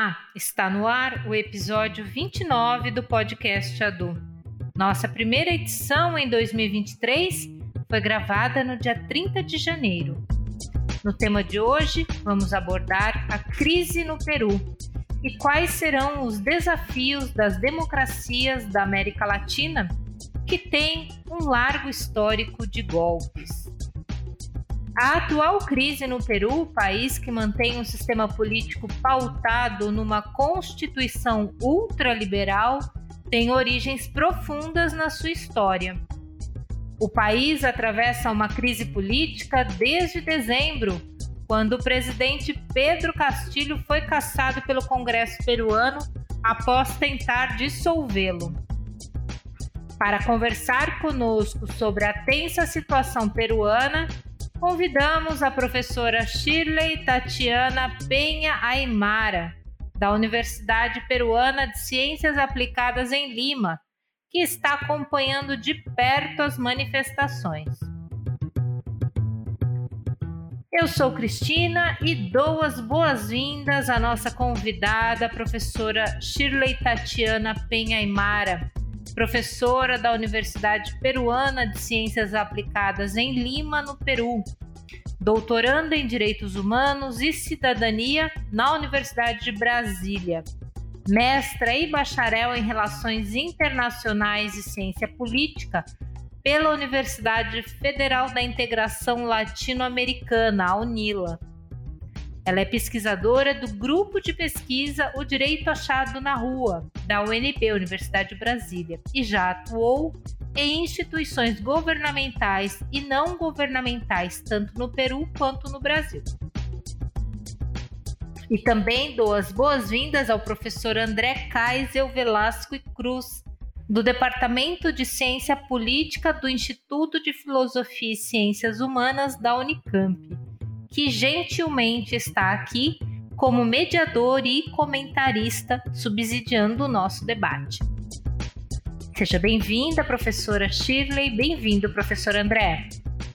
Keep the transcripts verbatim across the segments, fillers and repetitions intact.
Olá, está no ar o episódio vinte e nove do podcast Adu. Nossa primeira edição em dois mil e vinte e três foi gravada no dia trinta de janeiro. No tema de hoje, vamos abordar a crise no Peru e quais serão os desafios das democracias da América Latina, que tem um largo histórico de golpes. A atual crise no Peru, país que mantém um sistema político pautado numa constituição ultraliberal, tem origens profundas na sua história. O país atravessa uma crise política desde dezembro, quando o presidente Pedro Castillo foi cassado pelo Congresso peruano após tentar dissolvê-lo. Para conversar conosco sobre a tensa situação peruana, convidamos a professora Shirley Tatiana Penha Aymara, da Universidade Peruana de Ciências Aplicadas em Lima, que está acompanhando de perto as manifestações. Eu sou Cristina e dou as boas-vindas à nossa convidada, a professora Shirley Tatiana Penha Aymara, professora da Universidade Peruana de Ciências Aplicadas em Lima, no Peru, doutoranda em Direitos Humanos e Cidadania na Universidade de Brasília, mestra e bacharel em Relações Internacionais e Ciência Política pela Universidade Federal da Integração Latino-Americana, a UNILA. Ela é pesquisadora do Grupo de Pesquisa O Direito Achado na Rua, da U N B, Universidade de Brasília, e já atuou em instituições governamentais e não governamentais, tanto no Peru quanto no Brasil. E também dou as boas-vindas ao professor André Kaisel Velasco e Cruz, do Departamento de Ciência Política do Instituto de Filosofia e Ciências Humanas da Unicamp, que gentilmente está aqui como mediador e comentarista, subsidiando o nosso debate. Seja bem-vinda, professora Shirley, bem-vindo, professor André.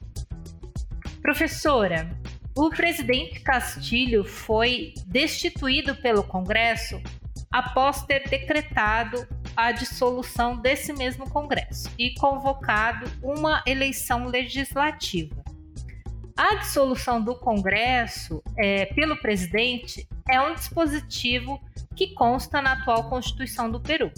Professora, o presidente Castillo foi destituído pelo Congresso após ter decretado a dissolução desse mesmo Congresso e convocado uma eleição legislativa. A dissolução do Congresso é, pelo presidente é um dispositivo que consta na atual Constituição do Peru.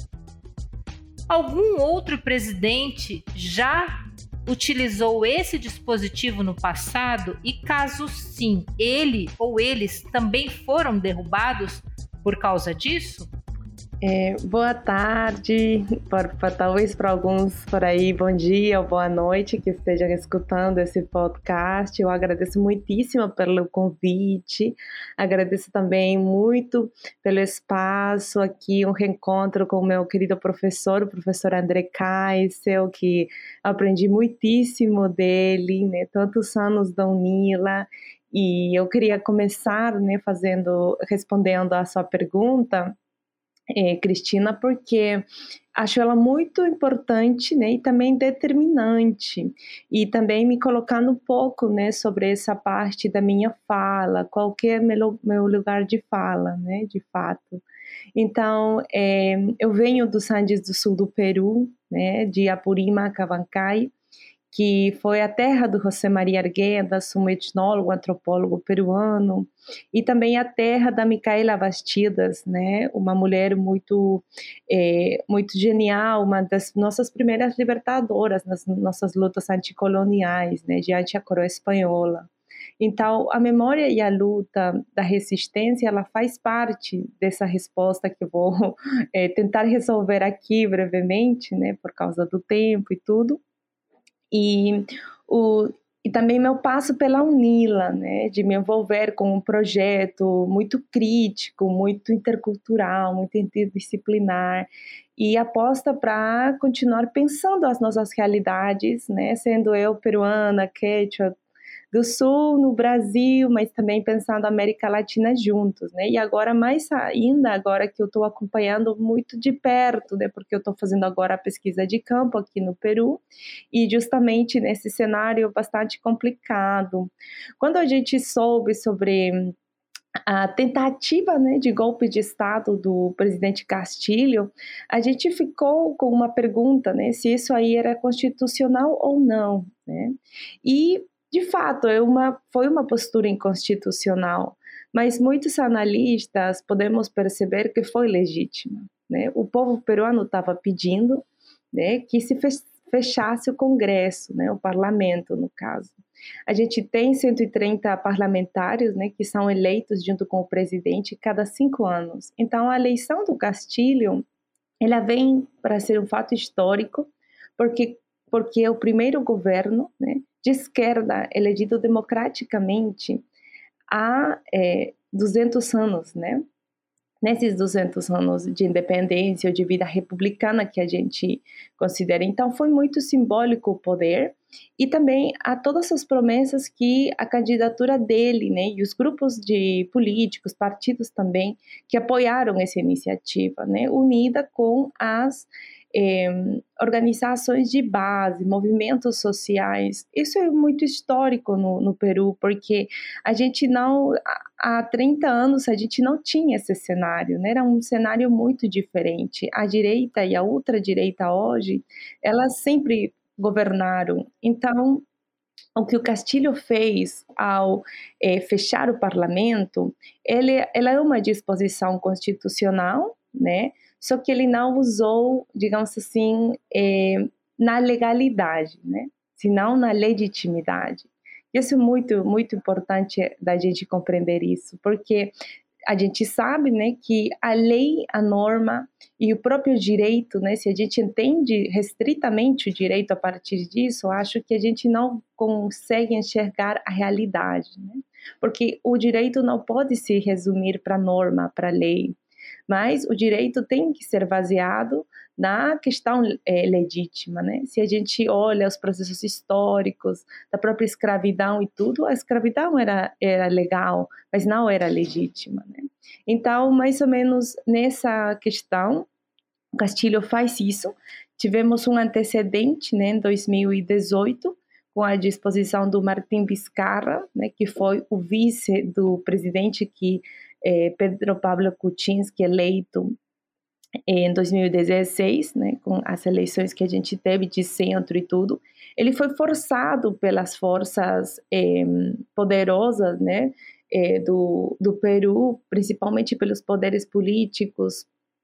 Algum outro presidente já utilizou esse dispositivo no passado e, caso sim, ele ou eles também foram derrubados por causa disso? É, boa tarde, por, por, talvez para alguns por aí, bom dia ou boa noite que estejam escutando esse podcast. Eu agradeço muitíssimo pelo convite, agradeço também muito pelo espaço aqui, um reencontro com o meu querido professor, o professor André Kaisel, que aprendi muitíssimo dele, né, tantos anos da UNILA. E eu queria começar, né, fazendo, respondendo a sua pergunta, É, Cristina, porque acho ela muito importante, né, e também determinante, e também me colocando um pouco, né, sobre essa parte da minha fala, qual que é meu, meu lugar de fala, né, de fato. Então, é, eu venho dos Andes do Sul do Peru, né, de Apurímac, Abancay, que foi a terra do José Maria Arguedas, um etnólogo, antropólogo peruano, e também a terra da Micaela Bastidas, né, uma mulher muito, é, muito genial, uma das nossas primeiras libertadoras nas nossas lutas anticoloniais, né, diante a coroa espanhola. Então, a memória e a luta da resistência, ela faz parte dessa resposta que eu vou é, tentar resolver aqui brevemente, né, por causa do tempo e tudo. E, o, e também meu passo pela UNILA, né, de me envolver com um projeto muito crítico, muito intercultural, muito interdisciplinar, e aposta para continuar pensando as nossas realidades, né, sendo eu peruana, quechua, do Sul, no Brasil, mas também pensando a América Latina juntos, né? E agora, mais ainda, agora que eu estou acompanhando muito de perto, né? Porque eu estou fazendo agora a pesquisa de campo aqui no Peru, e justamente nesse cenário bastante complicado. Quando a gente soube sobre a tentativa, né, de golpe de Estado do presidente Castilho, a gente ficou com uma pergunta, né, se isso aí era constitucional ou não, né? E, de fato, é uma, foi uma postura inconstitucional, mas muitos analistas podemos perceber que foi legítima, né? O povo peruano estava pedindo, né, que se fechasse o Congresso, né, o parlamento, no caso. A gente tem cento e trinta parlamentares, né, que são eleitos junto com o presidente cada cinco anos. Então, a eleição do Castilho, ela vem para ser um fato histórico, porque, porque é o primeiro governo, né, de esquerda elegido democraticamente há é, duzentos anos, né? Nesses duzentos anos de independência ou de vida republicana que a gente considera. Então, foi muito simbólico o poder e também a todas as promessas que a candidatura dele, né, e os grupos de políticos, partidos também, que apoiaram essa iniciativa, né, unida com as eh, organizações de base, movimentos sociais. Isso é muito histórico no, no Peru, porque a gente não, há trinta anos, a gente não tinha esse cenário, né? Era um cenário muito diferente. A direita e a ultradireita hoje, elas sempre governaram. Então, o que o Castilho fez ao eh, fechar o parlamento, ele, ela é uma disposição constitucional, né? Só que ele não usou, digamos assim, eh, na legalidade, né? Senão na legitimidade. Isso é muito, muito importante da gente compreender isso, porque a gente sabe, né, que a lei, a norma e o próprio direito, né, se a gente entende restritamente o direito a partir disso, acho que a gente não consegue enxergar a realidade, né? Porque o direito não pode se resumir para a norma, para a lei, mas o direito tem que ser baseado na questão é, legítima, né? Se a gente olha os processos históricos da própria escravidão e tudo, a escravidão era, era legal, mas não era legítima, né? Então, mais ou menos nessa questão, o Castilho faz isso. Tivemos um antecedente, né, em dois mil e dezoito, com a disposição do Martim Vizcarra, né, que foi o vice do presidente que eh, Pedro Pablo Kuczynski, eleito em dois mil e dezesseis, né, com as eleições que a gente teve de centro e tudo. Ele foi forçado pelas forças eh, poderosas, né, eh, do, do Peru, principalmente pelos poderes políticos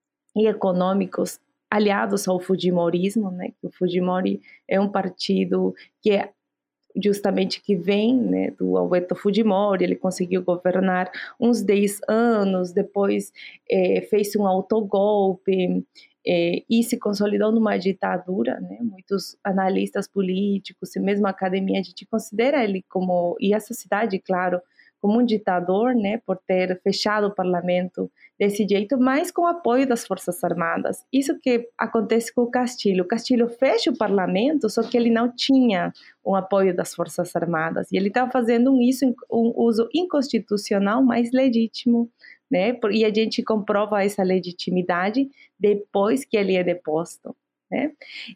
e econômicos aliados ao Fujimorismo, né, que o Fujimori é um partido que é justamente que vem, né, do Alberto Fujimori. Ele conseguiu governar uns dez anos, depois é, fez um autogolpe é, e se consolidou numa ditadura, né? Muitos analistas políticos e mesmo a academia, a gente considera ele como, e a sociedade, claro, como um ditador, né, por ter fechado o parlamento desse jeito, mas com apoio das Forças Armadas. Isso que acontece com o Castilho. O Castilho fecha o parlamento, só que ele não tinha um apoio das Forças Armadas. E ele está fazendo um, isso, um uso inconstitucional, mas legítimo, né? E a gente comprova essa legitimidade depois que ele é deposto, né?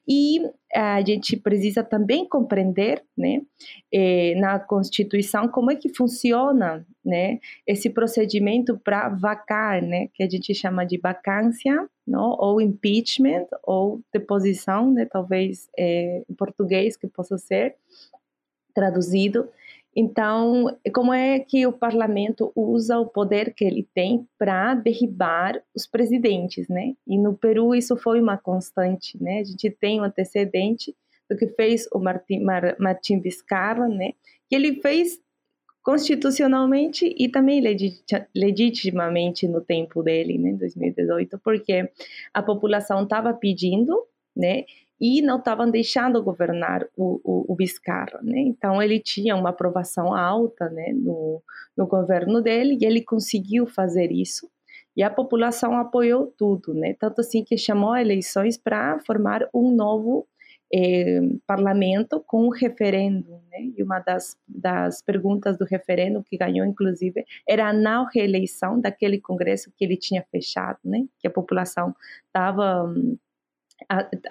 E a gente precisa também compreender, né, eh, na Constituição como é que funciona, né, esse procedimento para vacar, né, que a gente chama de vacância, não? Ou impeachment, ou deposição, né, talvez eh, em português que possa ser traduzido. Então, como é que o parlamento usa o poder que ele tem para derribar os presidentes, né? E no Peru isso foi uma constante, né? A gente tem um antecedente do que fez o Martim, Mar, Martim Vizcarra, né? Que ele fez constitucionalmente e também legitimamente no tempo dele, né? dois mil e dezoito, porque a população estava pedindo, né? E não estavam deixando governar o, o, o Vizcarra, né? Então ele tinha uma aprovação alta, né, no, no governo dele, e ele conseguiu fazer isso, e a população apoiou tudo, né? Tanto assim que chamou eleições para formar um novo eh, parlamento com um referendo, né? E uma das, das perguntas do referendo que ganhou, inclusive, era a não reeleição daquele congresso que ele tinha fechado, né? Que a população estava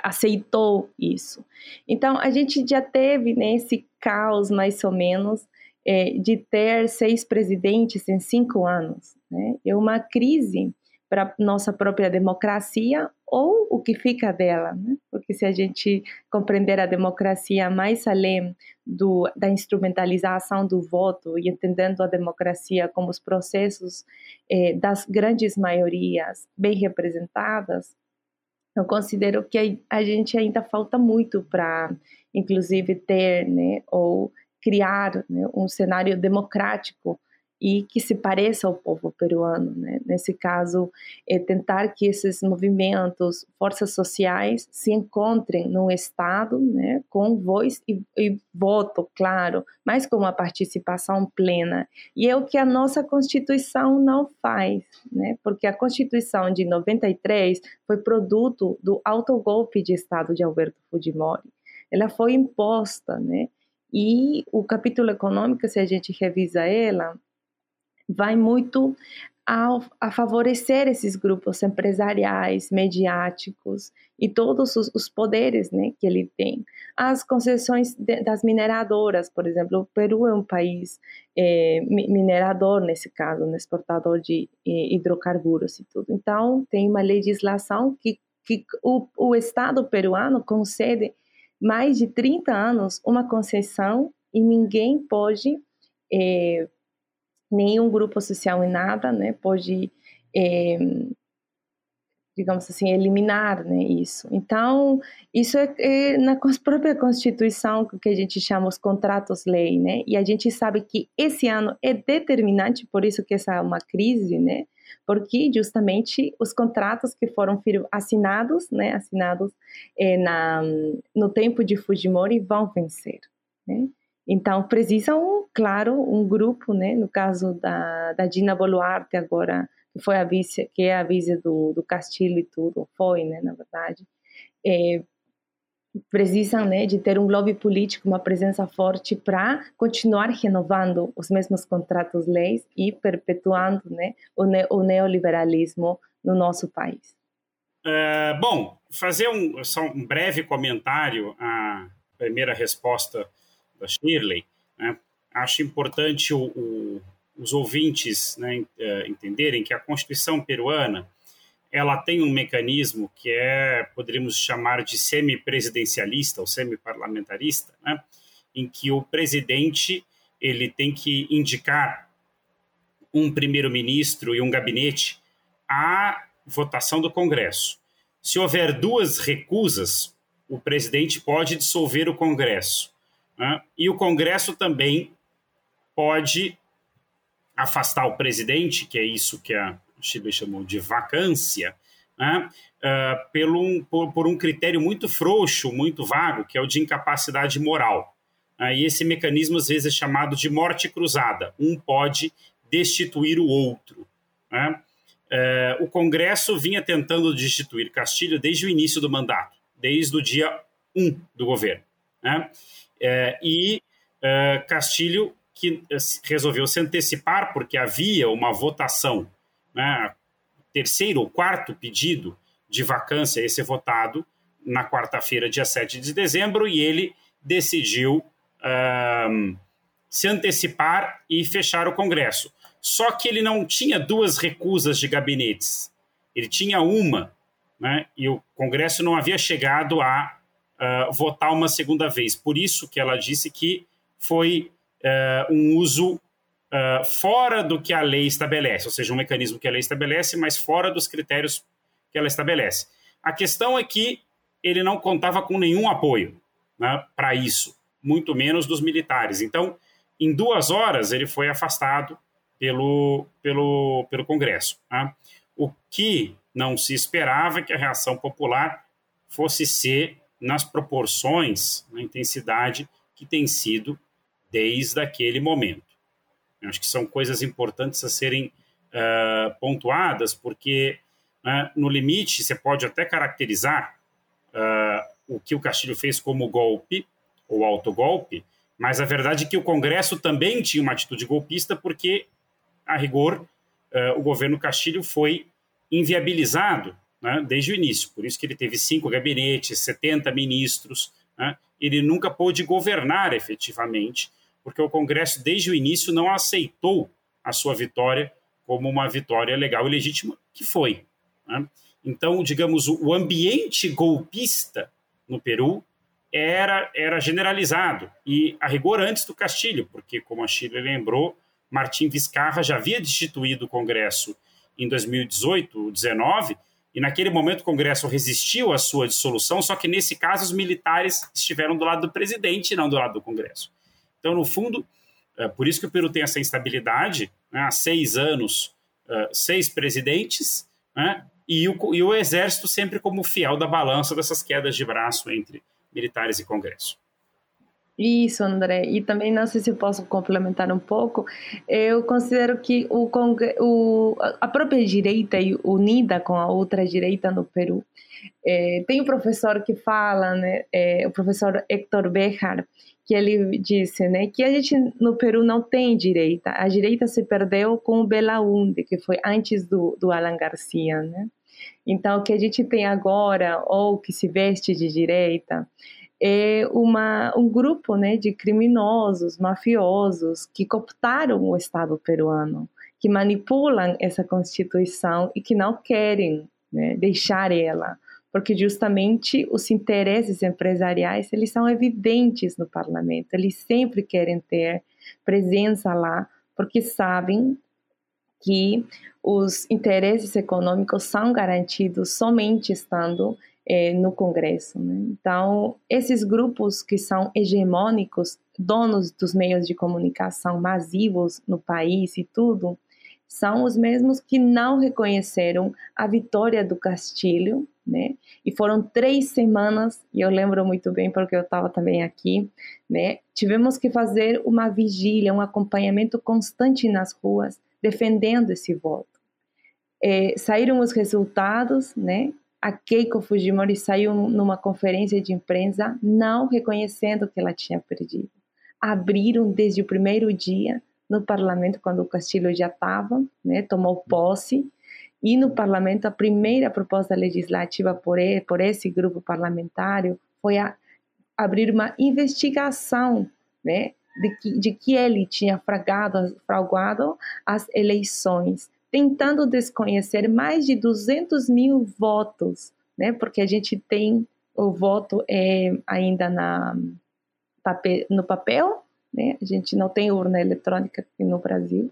aceitou isso. Então, a gente já teve, né, esse caos, mais ou menos, é, de ter seis presidentes em cinco anos, né? É uma crise para nossa própria democracia ou o que fica dela, né? Porque se a gente compreender a democracia mais além do, da instrumentalização do voto e entendendo a democracia como os processos eh, das grandes maiorias bem representadas, eu considero que a gente ainda falta muito para, inclusive, ter, né, ou criar, né, um cenário democrático e que se pareça ao povo peruano, né? Nesse caso, é tentar que esses movimentos, forças sociais, se encontrem num Estado, né, com voz e, e voto, claro, mas com uma participação plena. E é o que a nossa Constituição não faz, né? Porque a Constituição de noventa e três foi produto do autogolpe de Estado de Alberto Fujimori. Ela foi imposta, né? E o capítulo econômico, se a gente revisa ela, vai muito a, a favorecer esses grupos empresariais, mediáticos e todos os, os poderes, né, que ele tem. As concessões de, das mineradoras, por exemplo, o Peru é um país é, minerador, nesse caso, um exportador de é, hidrocarburos e tudo. Então, tem uma legislação que, que o, o Estado peruano concede mais de trinta anos uma concessão e ninguém pode... É, nenhum grupo social em nada, né, pode, é, digamos assim, eliminar, né, isso. Então, isso é, é na própria Constituição que a gente chama os contratos-lei, né, e a gente sabe que esse ano é determinante, por isso que essa é uma crise, né, porque justamente os contratos que foram assinados, né, assinados é, na, no tempo de Fujimori vão vencer, né. Então, precisam, claro, um grupo, né? No caso da, da Dina Boluarte agora, que foi a vice, que é a vice do, do Castillo e tudo, foi, né? Na verdade, é, precisam, né, de ter um lobby político, uma presença forte para continuar renovando os mesmos contratos-leis e perpetuando, né, o, ne o neoliberalismo no nosso país. É, bom, fazer um, só um breve comentário à primeira resposta da Shirley, né? Acho importante o, o, os ouvintes, né, entenderem que a Constituição peruana ela tem um mecanismo que é, poderíamos chamar de semipresidencialista ou semiparlamentarista, né, em que o presidente ele tem que indicar um primeiro-ministro e um gabinete à votação do Congresso. Se houver duas recusas, o presidente pode dissolver o Congresso. Né? E o Congresso também pode afastar o presidente, que é isso que a Shirley chamou de vacância, né? uh, pelo um, por, por um critério muito frouxo, muito vago, que é o de incapacidade moral. Uh, e esse mecanismo, às vezes, é chamado de morte cruzada. Um pode destituir o outro. Né? Uh, o Congresso vinha tentando destituir Castillo desde o início do mandato, desde o dia um do governo. Né? É, e é, Castillo, que resolveu se antecipar, porque havia uma votação, né, terceiro ou quarto pedido de vacância a ser votado na quarta-feira, dia sete de dezembro, e ele decidiu um, se antecipar e fechar o Congresso. Só que ele não tinha duas recusas de gabinetes, ele tinha uma, né, e o Congresso não havia chegado a Uh, votar uma segunda vez. Por isso que ela disse que foi uh, um uso uh, fora do que a lei estabelece, ou seja, um mecanismo que a lei estabelece, mas fora dos critérios que ela estabelece. A questão é que ele não contava com nenhum apoio, né, para isso, muito menos dos militares. Então, em duas horas, ele foi afastado pelo, pelo, pelo Congresso. Né? O que não se esperava é que a reação popular fosse ser nas proporções, na intensidade que tem sido desde aquele momento. Eu acho que são coisas importantes a serem uh, pontuadas, porque, uh, no limite, você pode até caracterizar uh, o que o Castillo fez como golpe, ou autogolpe, mas a verdade é que o Congresso também tinha uma atitude golpista, porque, a rigor, uh, o governo Castillo foi inviabilizado, né, desde o início. Por isso que ele teve cinco gabinetes, setenta ministros. Né? Ele nunca pôde governar efetivamente, porque o Congresso, desde o início, não aceitou a sua vitória como uma vitória legal e legítima, que foi. Né? Então, digamos, o ambiente golpista no Peru era, era generalizado, e a rigor antes do Castilho, porque, como a Shirley lembrou, Martim Vizcarra já havia destituído o Congresso em dois mil e dezoito, dezenove, e naquele momento o Congresso resistiu à sua dissolução, só que nesse caso os militares estiveram do lado do presidente e não do lado do Congresso. Então, no fundo, é por isso que o Peru tem essa instabilidade, né, há seis anos, uh, seis presidentes, né, e, o, e o exército sempre como fiel da balança dessas quedas de braço entre militares e Congresso. Isso, André. E também, não sei se eu posso complementar um pouco, eu considero que o, o, a própria direita, unida com a outra direita no Peru, é, tem um professor que fala, né, é, o professor Héctor Béjar, que ele disse, né, que a gente no Peru não tem direita, a direita se perdeu com o Belaúnde, que foi antes do, do Alan Garcia, né? Então, o que a gente tem agora, ou que se veste de direita, é uma, um grupo, né, de criminosos, mafiosos, que cooptaram o Estado peruano, que manipulam essa Constituição e que não querem, né, deixar ela, porque justamente os interesses empresariais, eles são evidentes no parlamento, eles sempre querem ter presença lá, porque sabem que os interesses econômicos são garantidos somente estando eh, no Congresso, né? Então, esses grupos que são hegemônicos, donos dos meios de comunicação massivos no país e tudo, são os mesmos que não reconheceram a vitória do Castilho, né? E foram três semanas, e eu lembro muito bem porque eu estava também aqui, né? Tivemos que fazer uma vigília, um acompanhamento constante nas ruas, defendendo esse voto. É, saíram os resultados, né? A Keiko Fujimori saiu numa conferência de imprensa não reconhecendo que ela tinha perdido. Abriram desde o primeiro dia no parlamento, quando o Castilho já estava, né? Tomou posse, e no parlamento a primeira proposta legislativa por, ele, por esse grupo parlamentário foi a, abrir uma investigação, né? De que, de que ele tinha fragado, fraudado as eleições, tentando desconhecer mais de duzentos mil votos, né? Porque a gente tem o voto é, ainda na, no papel, né? A gente não tem urna eletrônica aqui no Brasil,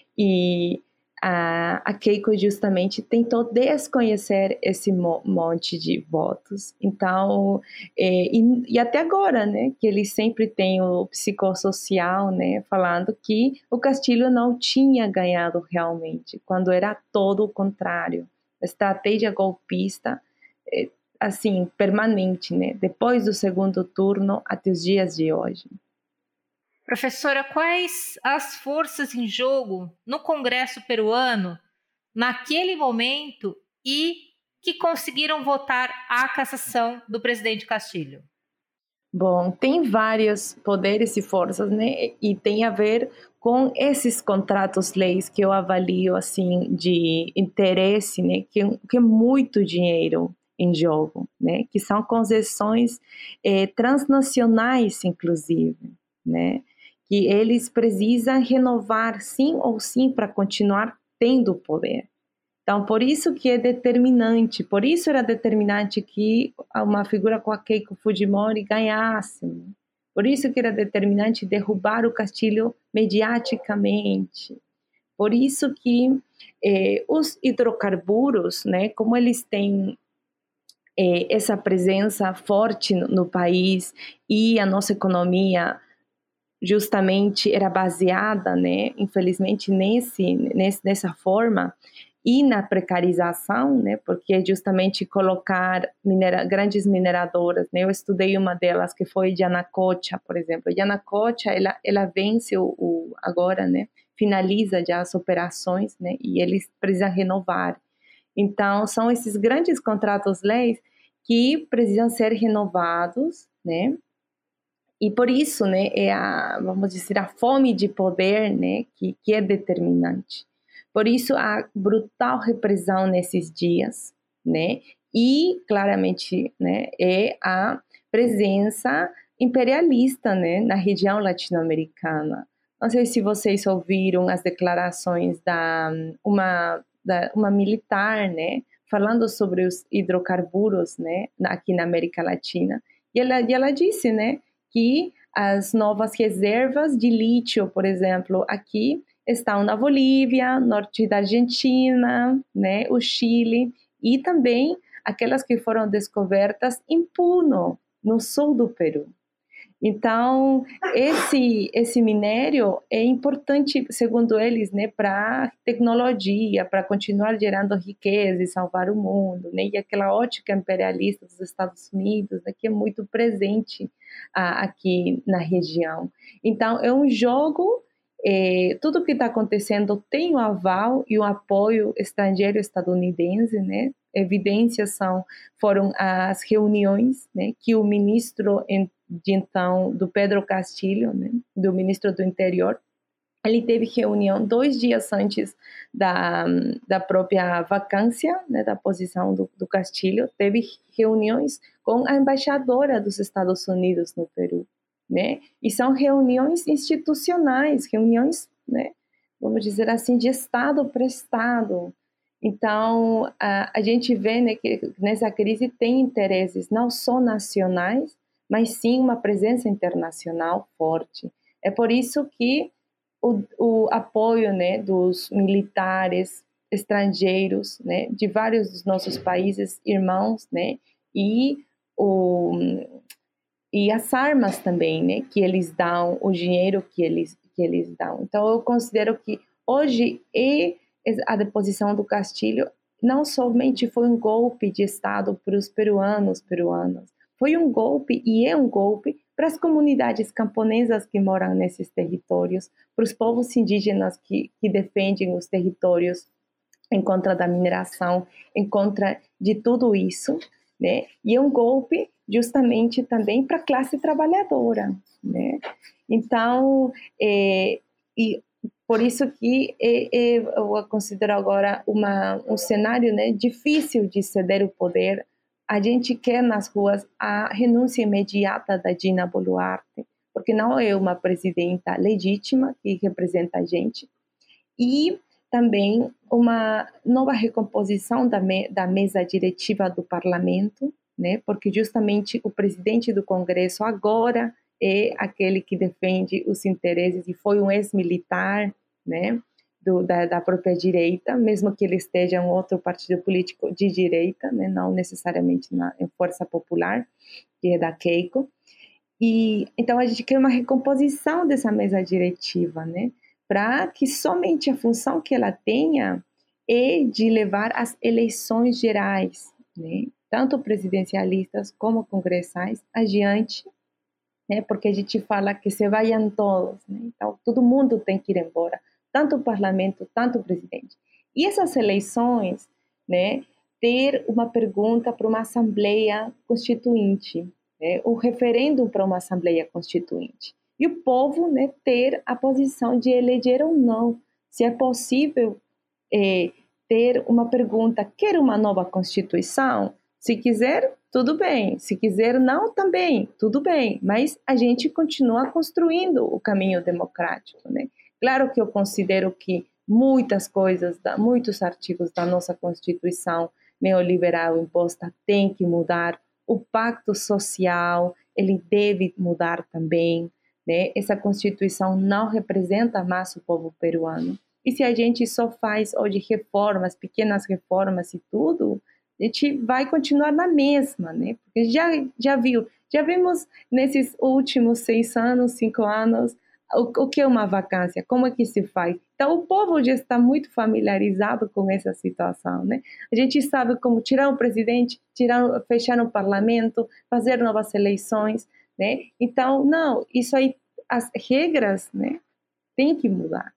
e a, a Keiko justamente tentou desconhecer esse mo- monte de votos. Então, é, e, e até agora, né, que ele sempre tem o psicossocial, né, falando que o Castilho não tinha ganhado realmente, quando era todo o contrário. A estratégia golpista, é, assim, permanente, né, depois do segundo turno até os dias de hoje. Professora, quais as forças em jogo no Congresso peruano naquele momento e que conseguiram votar a cassação do presidente Castilho? Bom, tem vários poderes e forças, né? E tem a ver com esses contratos-leis que eu avalio, assim, de interesse, né? Que, que é muito dinheiro em jogo, né? Que são concessões eh, transnacionais, inclusive, né? Que eles precisam renovar sim ou sim para continuar tendo poder. Então, por isso que é determinante, por isso era determinante que uma figura com a Keiko Fujimori ganhasse, né? Por isso que era determinante derrubar o Castilho mediaticamente. Por isso que eh, os hidrocarburos, né, como eles têm eh, essa presença forte no, no país e a nossa economia justamente era baseada, né, infelizmente, nesse, nesse, nessa forma, e na precarização, né, porque é justamente colocar minera, grandes mineradoras, né, eu estudei uma delas que foi Yanacocha, por exemplo. Yanacocha, ela, ela vence o, o, agora, né, finaliza já as operações, né, e eles precisam renovar. Então, são esses grandes contratos-leis que precisam ser renovados, né, e por isso, né, é a, vamos dizer, a fome de poder, né, que, que é determinante. Por isso, a brutal repressão nesses dias, né, e claramente, né, é a presença imperialista, né, na região latino-americana. Não sei se vocês ouviram as declarações da uma, da, uma militar, né, falando sobre os hidrocarburos, né, aqui na América Latina. E ela, e ela disse, né, que as novas reservas de lítio, por exemplo, aqui estão na Bolívia, norte da Argentina, né, o Chile, e também aquelas que foram descobertas em Puno, no sul do Peru. Então, esse, esse minério é importante, segundo eles, né, para a tecnologia, para continuar gerando riqueza e salvar o mundo, né, e aquela ótica imperialista dos Estados Unidos, né, que é muito presente ah, aqui na região. Então, é um jogo, é, tudo que está acontecendo tem o aval e o apoio estrangeiro estadunidense, né. Evidências são, foram as reuniões, né, que o ministro de então, do Pedro Castillo, né, do ministro do Interior, ele teve reunião dois dias antes da, da própria vacância, né, da posição do, do Castillo, teve reuniões com a embaixadora dos Estados Unidos no Peru, né, e são reuniões institucionais, reuniões, né, vamos dizer assim, de Estado para Estado. Então, a, a gente vê, né, que nessa crise tem interesses não só nacionais, mas sim uma presença internacional forte. É por isso que o, o apoio, né, dos militares estrangeiros, né, de vários dos nossos países irmãos, né, e, o, e as armas também, né, que eles dão, o dinheiro que eles, que eles dão. Então, eu considero que hoje é a deposição do Castillo não somente foi um golpe de Estado para os peruanos, peruanas, foi um golpe e é um golpe para as comunidades camponesas que moram nesses territórios, para os povos indígenas que, que defendem os territórios em contra da mineração, em contra de tudo isso, né? E é um golpe justamente também para a classe trabalhadora, né? Então, é, e por isso que é, é, eu considero agora uma, um cenário, né, difícil de ceder o poder. A gente quer nas ruas a renúncia imediata da Dina Boluarte, porque não é uma presidenta legítima que representa a gente. E também uma nova recomposição da, me, da mesa diretiva do parlamento, né? Porque justamente o presidente do Congresso agora é aquele que defende os interesses e foi um ex-militar, né? Do, da, da própria direita, mesmo que ele esteja em outro partido político de direita, né, não necessariamente na, em Força Popular, que é da Keiko. E, então, a gente quer uma recomposição dessa mesa diretiva, né, para que somente a função que ela tenha é de levar as eleições gerais, né, tanto presidencialistas como congressais, adiante, né, porque a gente fala que se vayam todos, né, então todo mundo tem que ir embora, tanto o parlamento, tanto o presidente. E essas eleições, né, ter uma pergunta para uma assembleia constituinte, né, um referendo para uma assembleia constituinte. E o povo, né, ter a posição de eleger ou não. Se é possível é, ter uma pergunta, quer uma nova Constituição? Se quiser, tudo bem. Se quiser não, também, tudo bem. Mas a gente continua construindo o caminho democrático, né? Claro que eu considero que muitas coisas, muitos artigos da nossa Constituição neoliberal imposta têm que mudar. O pacto social, ele deve mudar também, né? Essa Constituição não representa mais o povo peruano. E se a gente só faz hoje reformas, pequenas reformas e tudo, a gente vai continuar na mesma, né? Porque já, já viu, já vimos nesses últimos seis anos, cinco anos, O, o que é uma vacância? Como é que se faz? Então, o povo já está muito familiarizado com essa situação, né? A gente sabe como tirar o presidente, tirar, fechar o parlamento, fazer novas eleições, né? Então, não, isso aí, as regras, né, tem que mudar.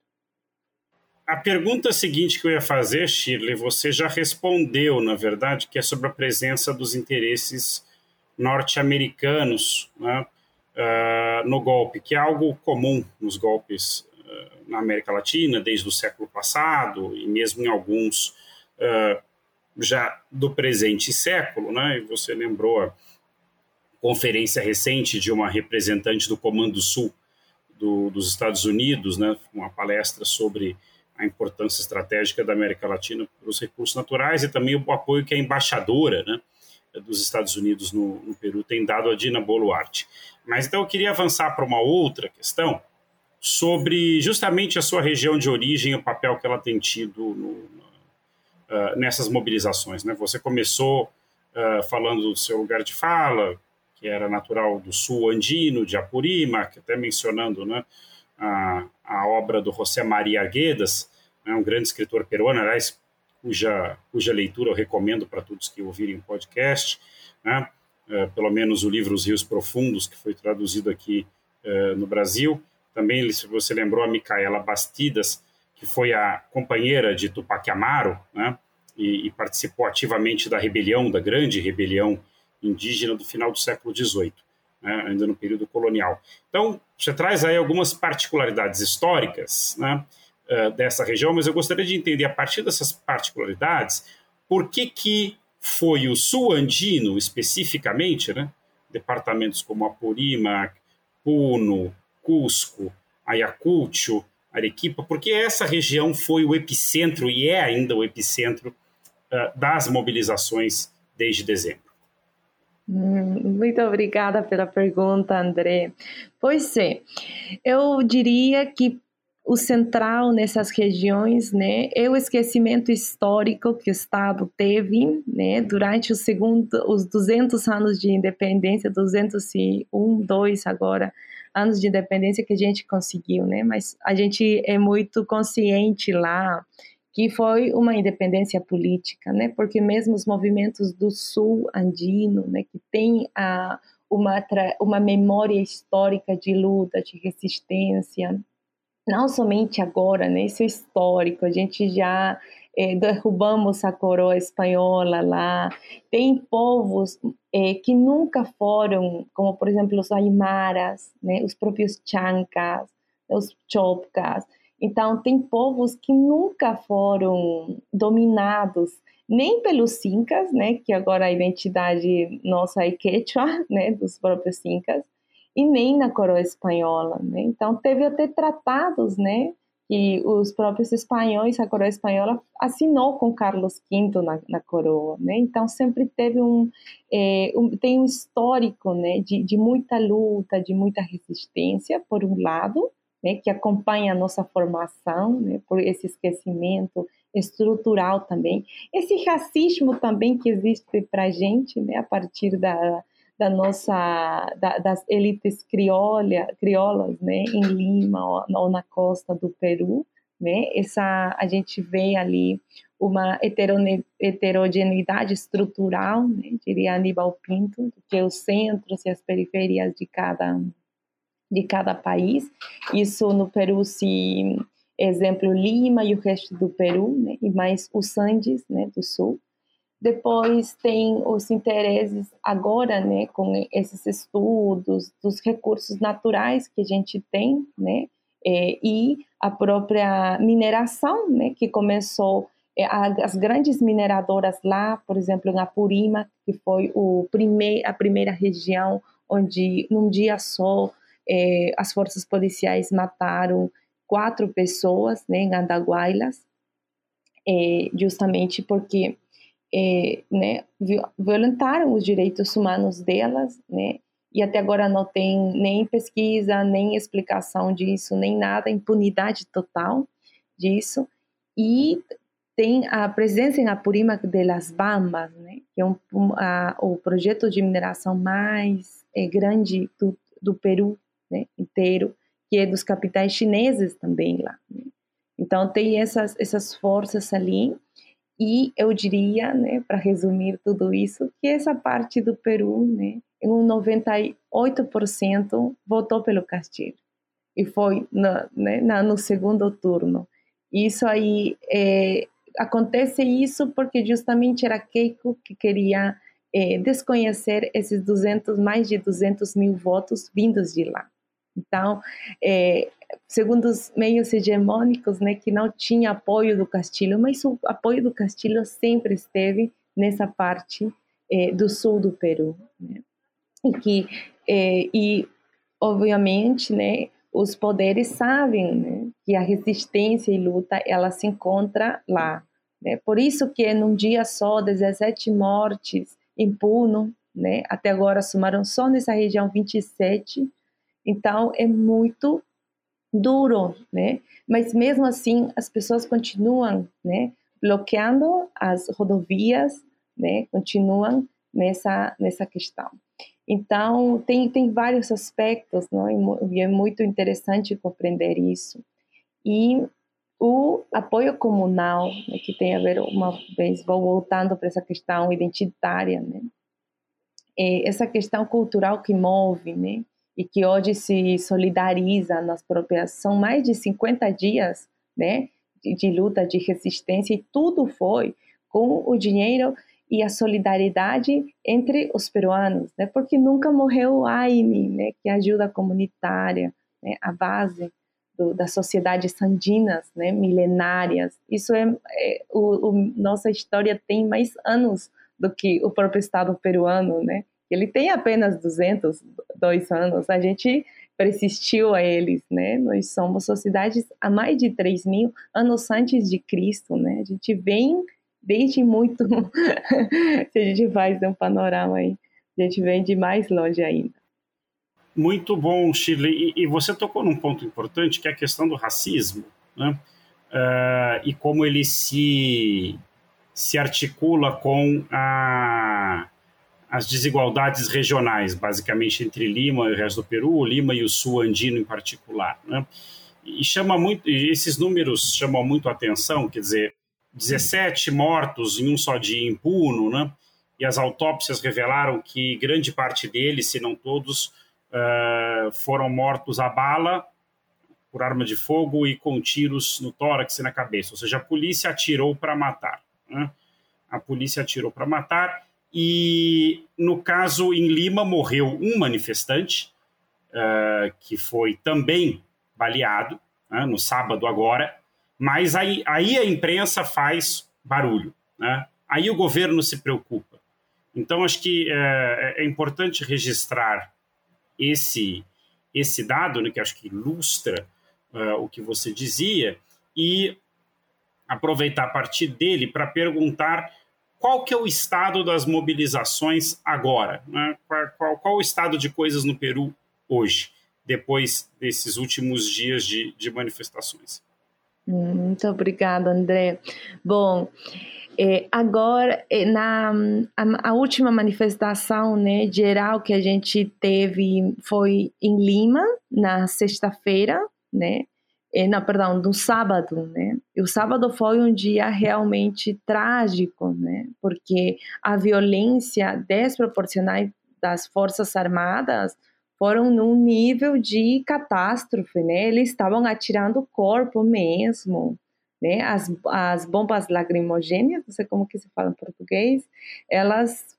A pergunta seguinte que eu ia fazer, Shirley, você já respondeu, na verdade, que é sobre a presença dos interesses norte-americanos, né? Uh, no golpe, que é algo comum nos golpes uh, na América Latina desde o século passado e mesmo em alguns uh, já do presente século, né? E você lembrou conferência recente de uma representante do Comando Sul do, dos Estados Unidos, né, uma palestra sobre a importância estratégica da América Latina para os recursos naturais e também o apoio que a embaixadora, né, dos Estados Unidos no, no Peru tem dado a Dina Boluarte. Mas então eu queria avançar para uma outra questão sobre justamente a sua região de origem e o papel que ela tem tido no, uh, nessas mobilizações, né? Você começou uh, falando do seu lugar de fala, que era natural do sul andino, de Apurímac, até mencionando, né, a, a obra do José María Arguedas, né, um grande escritor peruano, aliás, cuja, cuja leitura eu recomendo para todos que ouvirem o podcast, né, uh, pelo menos o livro Os Rios Profundos, que foi traduzido aqui uh, no Brasil. Também, se você lembrou, a Micaela Bastidas, que foi a companheira de Tupac Amaru, né, e, e participou ativamente da rebelião, da grande rebelião indígena do final do século dezoito, né, ainda no período colonial. Então, você traz aí algumas particularidades históricas, né, dessa região, mas eu gostaria de entender, a partir dessas particularidades, por que que foi o sul andino, especificamente, né, departamentos como Apurímac, Puno, Cusco, Ayacucho, Arequipa, porque essa região foi o epicentro e é ainda o epicentro uh, das mobilizações desde dezembro. Muito obrigada pela pergunta, André. Pois é, eu diria que o central nessas regiões, né, é o esquecimento histórico que o Estado teve, né, durante o segundo, os duzentos anos de independência, duzentos e um, dois agora, anos de independência que a gente conseguiu, né, mas a gente é muito consciente lá que foi uma independência política, né, porque mesmo os movimentos do sul andino, né, que tem a, uma, uma memória histórica de luta, de resistência, não somente agora, né, isso é histórico, a gente já é, derrubamos a coroa espanhola lá, tem povos é, que nunca foram, como por exemplo os Aymaras, né, os próprios Chancas, os Chopcas, então tem povos que nunca foram dominados, nem pelos Incas, né, que agora a identidade nossa é Quechua, né, dos próprios Incas, e nem na coroa espanhola, né? Então teve até tratados, né, que os próprios espanhóis, a coroa espanhola assinou com Carlos quinto na, na coroa, né? Então sempre teve um, é, um tem um histórico, né, de, de muita luta, de muita resistência, por um lado, né, que acompanha a nossa formação, né, por esse esquecimento estrutural também, esse racismo também que existe para a gente, né, a partir da da nossa, da, das elites criolha, criolas, né, em Lima ou, ou na costa do Peru, né, essa, a gente vê ali uma heterogeneidade estrutural, né, diria Aníbal Pinto, que é os centros e as periferias de cada, de cada país. Isso no Peru se, exemplo, Lima e o resto do Peru, né, e mais os Andes, né, do sul. Depois tem os interesses agora, né, com esses estudos dos recursos naturais que a gente tem, né, é, e a própria mineração, né, que começou, é, as grandes mineradoras lá, por exemplo, em Apurímac, que foi o prime, a primeira região onde, num dia só, é, as forças policiais mataram quatro pessoas, né, em Andahuaylas, é, justamente porque É, né, violentaram os direitos humanos delas, né, e até agora não tem nem pesquisa, nem explicação disso, nem nada, impunidade total disso. E tem a presença em Apurímac de Las Bambas, né, que é um, um, a, o projeto de mineração mais é, grande do, do Peru, né, inteiro, que é dos capitais chineses também lá, né. Então tem essas, essas forças ali. E eu diria, né, para resumir tudo isso, que essa parte do Peru, né, em um noventa e oito por cento votou pelo Castillo. E foi no, né, no segundo turno. Isso aí, é, acontece isso porque justamente era Keiko que queria é, desconhecer esses duzentos, mais de duzentos mil votos vindos de lá. Então, é, segundo os meios hegemônicos, né, que não tinha apoio do Castillo, mas o apoio do Castillo sempre esteve nessa parte é, do sul do Peru, né? e que é, e obviamente, né, os poderes sabem, né, que a resistência e luta ela se encontra lá, né? Por isso que num dia só dezessete mortes em Puno, né? Até agora somaram só nessa região vinte e sete. Então é muito duro, né? Mas mesmo assim as pessoas continuam, né, bloqueando as rodovias, né? Continuam nessa nessa questão. Então tem tem vários aspectos, não? E é muito interessante compreender isso. E o apoio comunal, né, que tem a ver, uma vez vou voltando para essa questão identitária, né? É essa questão cultural que move, né? E que hoje se solidariza nas próprias, são mais de cinquenta dias, né, de, de luta, de resistência, e tudo foi com o dinheiro e a solidariedade entre os peruanos, né, porque nunca morreu o A I M E, né, que é a ajuda comunitária, né, a base do, das sociedades andinas, né, milenárias. Isso é, é o, o, nossa história tem mais anos do que o próprio Estado peruano, né? Ele tem apenas duzentos, dois anos, a gente persistiu a eles, né? Nós somos sociedades há mais de três mil anos antes de Cristo, né? A gente vem desde muito, se a gente faz um panorama aí, a gente vem de mais longe ainda. Muito bom, Shirley. E, e você tocou num ponto importante, que é a questão do racismo, né? Uh, e como ele se, se articula com a... as desigualdades regionais, basicamente entre Lima e o resto do Peru, Lima e o sul andino em particular, né? E chama muito, esses números chamam muito a atenção, quer dizer, dezessete mortos em um só dia em Puno, né? E as autópsias revelaram que grande parte deles, se não todos, uh, foram mortos a bala, por arma de fogo e com tiros no tórax e na cabeça, ou seja, a polícia atirou para matar, né? A polícia atirou para matar. E, no caso, em Lima, morreu um manifestante, uh, que foi também baleado, né, no sábado agora, mas aí, aí a imprensa faz barulho, né? Aí o governo se preocupa. Então, acho que uh, é importante registrar esse, esse dado, né, que acho que ilustra uh, o que você dizia, e aproveitar a partir dele para perguntar qual que é o estado das mobilizações agora, né? Qual, qual, qual o estado de coisas no Peru hoje, depois desses últimos dias de, de manifestações? Muito obrigada, André. Bom, é, agora, é, na a, a última manifestação, né, geral que a gente teve foi em Lima, na sexta-feira, né? É, não, perdão, no sábado, né? E o sábado foi um dia realmente trágico, né? Porque a violência desproporcional das Forças Armadas foram num nível de catástrofe, né? Eles estavam atirando o corpo mesmo, né? As, as bombas lacrimogêneas, não sei como que se fala em português, elas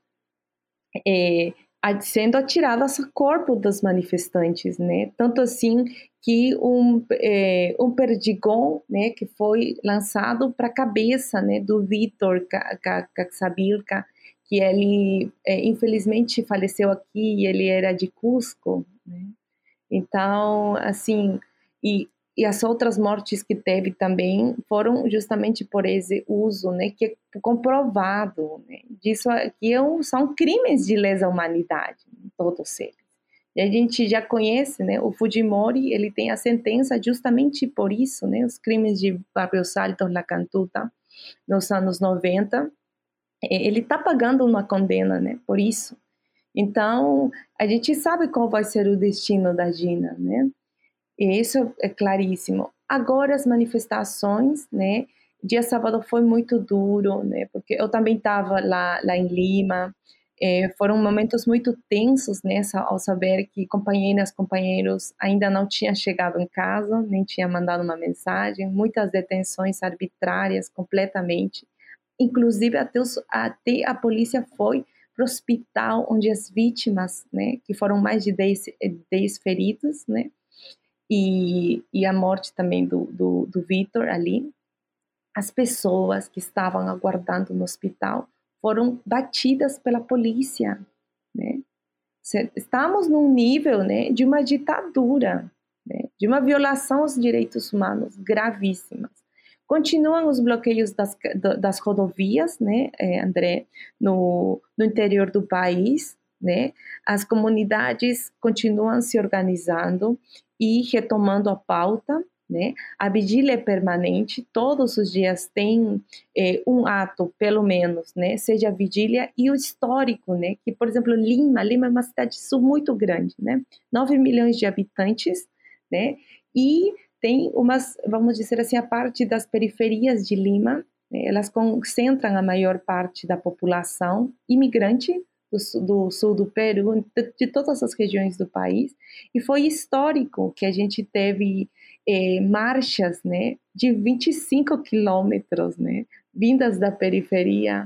é, sendo atiradas ao corpo dos manifestantes, né? Tanto assim que um, é, um perdigão, né, que foi lançado para a cabeça, né, do Vítor Caxabilca, que ele é, infelizmente faleceu aqui e ele era de Cusco, né? Então, assim, e, e as outras mortes que teve também foram justamente por esse uso, né, que é comprovado, né, disso aqui é são crimes de lesa humanidade, todos eles. E a gente já conhece, né, o Fujimori, ele tem a sentença justamente por isso, né, os crimes de Barrios Altos, La Cantuta, nos anos noventa, ele está pagando uma condena, né, por isso. Então, a gente sabe qual vai ser o destino da Gina, né? E isso é claríssimo. Agora, as manifestações, né? Dia sábado foi muito duro, né? Porque eu também estava lá, lá em Lima. É, foram momentos muito tensos, né? Ao saber que companheiras, companheiros ainda não tinham chegado em casa, nem tinham mandado uma mensagem. Muitas detenções arbitrárias, completamente. Inclusive, até, os, até a polícia foi para o hospital onde as vítimas, né, que foram mais de dez feridos, né, e, e a morte também do, do, do Vítor ali, as pessoas que estavam aguardando no hospital foram batidas pela polícia, né, Estamos num nível, né, de uma ditadura, né, de uma violação aos direitos humanos gravíssimas. Continuam os bloqueios das, das rodovias, né, André, no, no interior do país, né? As comunidades continuam se organizando e retomando a pauta, né? A vigília é permanente, todos os dias tem eh, um ato, pelo menos, né? Seja a vigília e o histórico, né? Que, por exemplo, Lima, Lima é uma cidade sul muito grande, né? nove milhões de habitantes, né? E tem umas, vamos dizer assim, a parte das periferias de Lima, né? Elas concentram a maior parte da população imigrante, Do, do sul do Peru, de, de todas as regiões do país, e foi histórico que a gente teve eh, marchas, né, de vinte e cinco quilômetros, né, vindas da periferia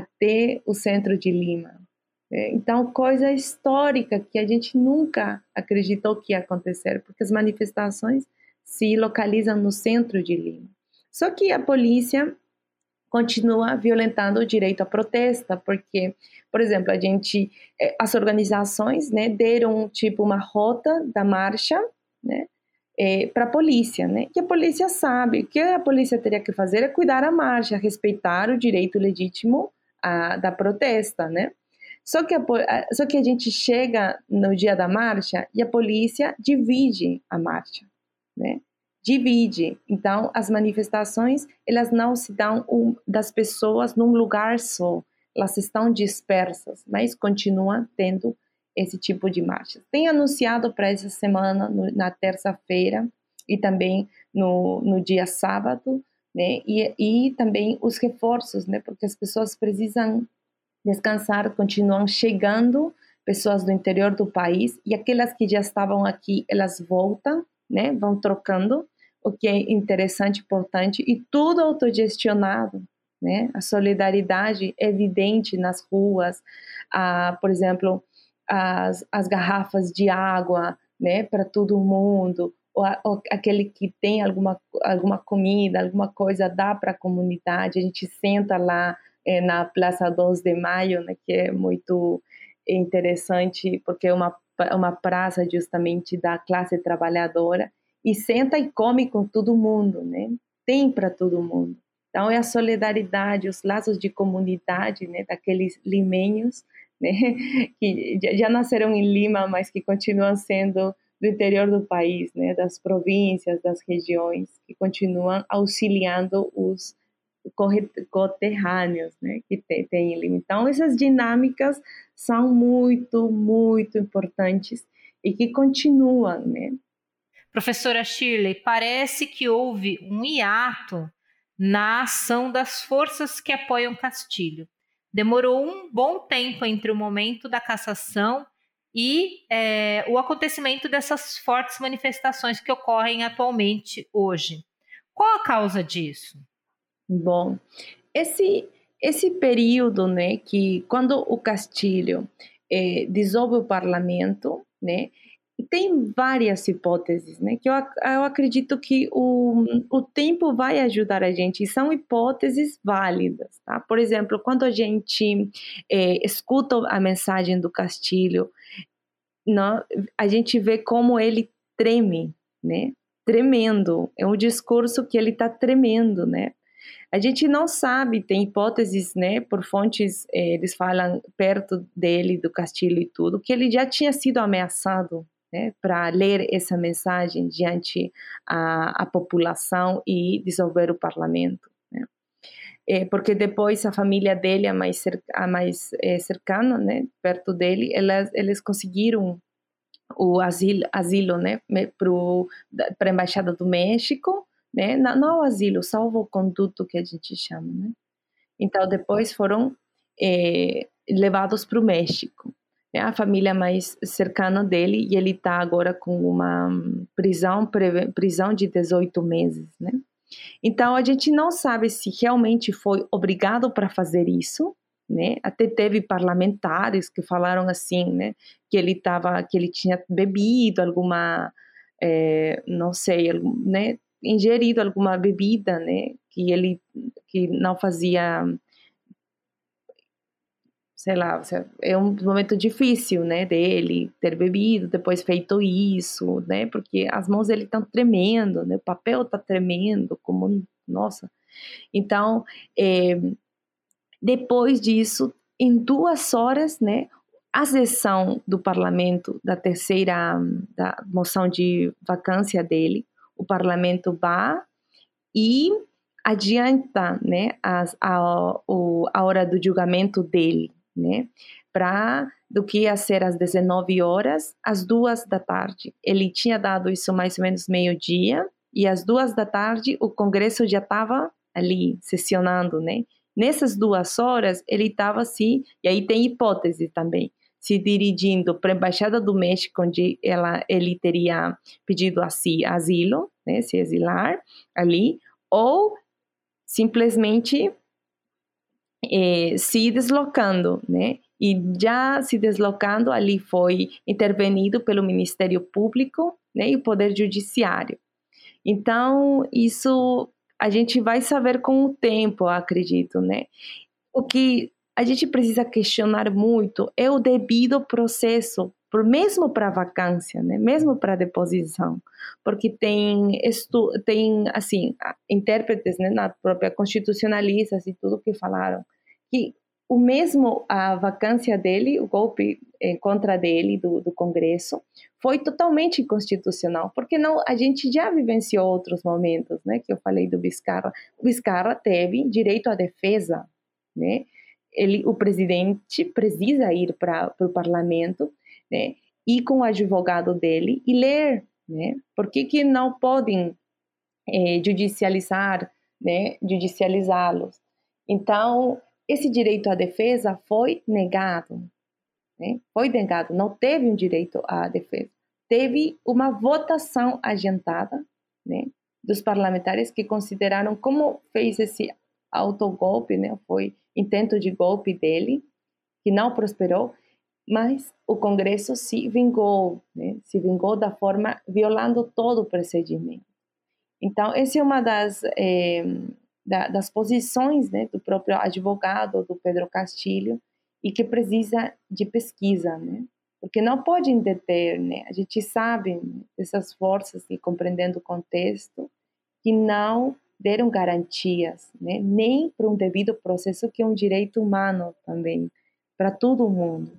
até o centro de Lima. Né? Então, coisa histórica que a gente nunca acreditou que ia acontecer, porque as manifestações se localizam no centro de Lima. Só que a polícia continua violentando o direito à protesta, porque, por exemplo, a gente, as organizações, né, deram tipo uma rota da marcha, né, é, para a polícia, né, e a polícia sabe, o que a polícia teria que fazer é cuidar a marcha, respeitar o direito legítimo a, da protesta, né, só que, a, só que a gente chega no dia da marcha e a polícia divide a marcha, né, divide. Então, as manifestações, elas não se dão um, das pessoas num lugar só. Elas estão dispersas, mas continuam tendo esse tipo de marchas. Tem anunciado para essa semana, no, na terça-feira, e também no, no dia sábado, né? E, e também os reforços, né? Porque as pessoas precisam descansar, continuam chegando, pessoas do interior do país, e aquelas que já estavam aqui, elas voltam, né, vão trocando, o que é interessante, importante, e tudo autogestionado, né, a solidariedade evidente nas ruas, ah, por exemplo, as, as garrafas de água, né, para todo mundo, ou, ou aquele que tem alguma, alguma comida, alguma coisa, dá para a comunidade, a gente senta lá eh, na Praça dois de Maio, né, que é muito interessante, porque é uma uma praça justamente da classe trabalhadora, e senta e come com todo mundo, né? Tem para todo mundo. Então, é a solidariedade, os laços de comunidade, né? Daqueles limenhos, né? Que já nasceram em Lima, mas que continuam sendo do interior do país, né? Das províncias, das regiões, que continuam auxiliando os coterrâneos, né? Que tem, tem em Lima. Então, essas dinâmicas são muito, muito importantes e que continuam, né? Professora Shirley, parece que houve um hiato na ação das forças que apoiam Castilho. Demorou um bom tempo entre o momento da cassação e é, o acontecimento dessas fortes manifestações que ocorrem atualmente hoje. Qual a causa disso? Bom, esse esse período, né, que quando o Castilho eh, dissolve o parlamento, né, tem várias hipóteses, né, que eu, eu acredito que o, o tempo vai ajudar a gente, e são hipóteses válidas, tá? Por exemplo, quando a gente eh, escuta a mensagem do Castilho, não, a gente vê como ele treme, né, tremendo, é um discurso que ele está tremendo, né. A gente não sabe, tem hipóteses, né, por fontes, eh, eles falam perto dele, do Castilho e tudo, que ele já tinha sido ameaçado, né, para ler essa mensagem diante a, a população e dissolver o parlamento, né. É, porque depois a família dele, a mais, cer a mais é, cercana, né, perto dele, elas, eles conseguiram o asilo, asilo né, para a Embaixada do México, né? Não, não o asilo, salvo-conduto que a gente chama, né? Então, depois foram é, levados para o México, né? A família mais cercana dele, e ele está agora com uma prisão, prisão de dezoito meses, né? Então, a gente não sabe se realmente foi obrigado para fazer isso, né? Até teve parlamentares que falaram assim, né? Que ele tava, que ele tinha bebido alguma, é, não sei, né? Ingerido alguma bebida, né, que ele que não fazia sei lá, é um momento difícil, né, dele ter bebido, depois feito isso, né, porque as mãos dele estão tremendo, né, o papel está tremendo, como, nossa. Então, é, depois disso, em duas horas, né, a sessão do parlamento, da terceira, da moção de vacância dele, o parlamento vai e adianta, né, a, a, a hora do julgamento dele, né, para do que ia ser às dezenove horas, às duas da tarde. Ele tinha dado isso mais ou menos meio-dia, e às duas da tarde o Congresso já estava ali, sessionando, né. Nessas duas horas, ele estava assim, e aí tem hipótese também, se dirigindo para a Embaixada do México, onde ela, ele teria pedido assim, asilo, né, se exilar ali, ou simplesmente eh, se deslocando, né? E já se deslocando, ali foi intervenido pelo Ministério Público, né, e o Poder Judiciário. Então, isso a gente vai saber com o tempo, acredito, né? O que a gente precisa questionar muito é o devido processo, por, mesmo para a vacância, né? Mesmo para a deposição, porque tem, estu, tem assim, intérpretes, né, na própria constitucionalistas e tudo que falaram, que o mesmo, a vacância dele, o golpe eh, contra dele do, do Congresso, foi totalmente inconstitucional, porque não, a gente já vivenciou outros momentos, né, que eu falei do Vizcarra. O Vizcarra teve direito à defesa, né? Ele, o presidente precisa ir para o parlamento, né, ir com o advogado dele e ler, né, por que que não podem eh, judicializar, né, judicializá-los. Então, esse direito à defesa foi negado, né, foi negado, não teve um direito à defesa. Teve uma votação adiantada, né, dos parlamentares que consideraram como fez esse autogolpe, né, foi intento de golpe dele, que não prosperou, mas o Congresso se vingou, né, se vingou da forma, violando todo o procedimento. Então, essa é uma das, eh, da, das posições, né, do próprio advogado, do Pedro Castillo, e que precisa de pesquisa, né, porque não pode deter, né, a gente sabe, né, dessas forças, e compreendendo o contexto, que não deram garantias, né, nem para um devido processo, que é um direito humano também, para todo mundo.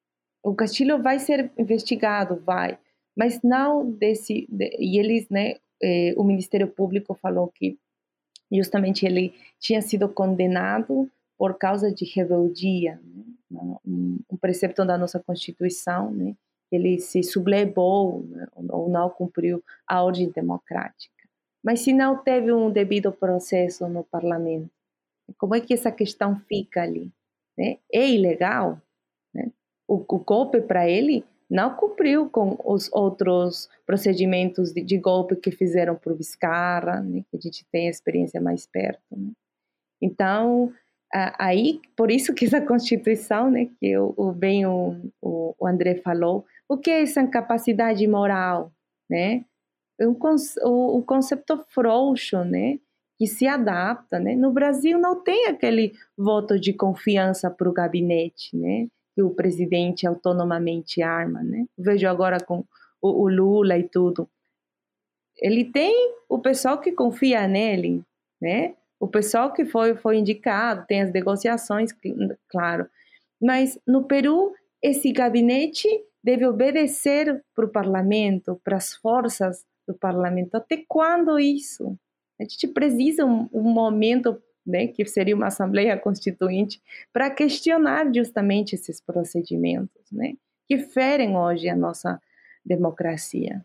O Castillo vai ser investigado, vai, mas não desse, de, e eles, né, eh, o Ministério Público falou que justamente ele tinha sido condenado por causa de rebeldia, né, um, um precepto da nossa Constituição, né, ele se sublevou, né, ou não cumpriu a ordem democrática. Mas se não teve um devido processo no parlamento, como é que essa questão fica ali? Né? É ilegal? Né? O, o golpe para ele não cumpriu com os outros procedimentos de, de golpe que fizeram para o Vizcarra, né? Que a gente tem a experiência mais perto. Né? Então, a, aí, por isso que essa Constituição, né, que o, o, bem o, o, o André falou, o que é essa incapacidade moral, né? Um, o, o conceito frouxo, né, que se adapta, né? No Brasil não tem aquele voto de confiança para o gabinete, né, que o presidente autonomamente arma, né? Vejo agora com o, o Lula e tudo. Ele tem o pessoal que confia nele, né? O pessoal que foi, foi indicado, tem as negociações, claro. Mas no Peru, esse gabinete deve obedecer para o parlamento, para as forças do parlamento. Até quando isso? A gente precisa um, um momento, né, que seria uma Assembleia Constituinte, para questionar justamente esses procedimentos, né, que ferem hoje a nossa democracia.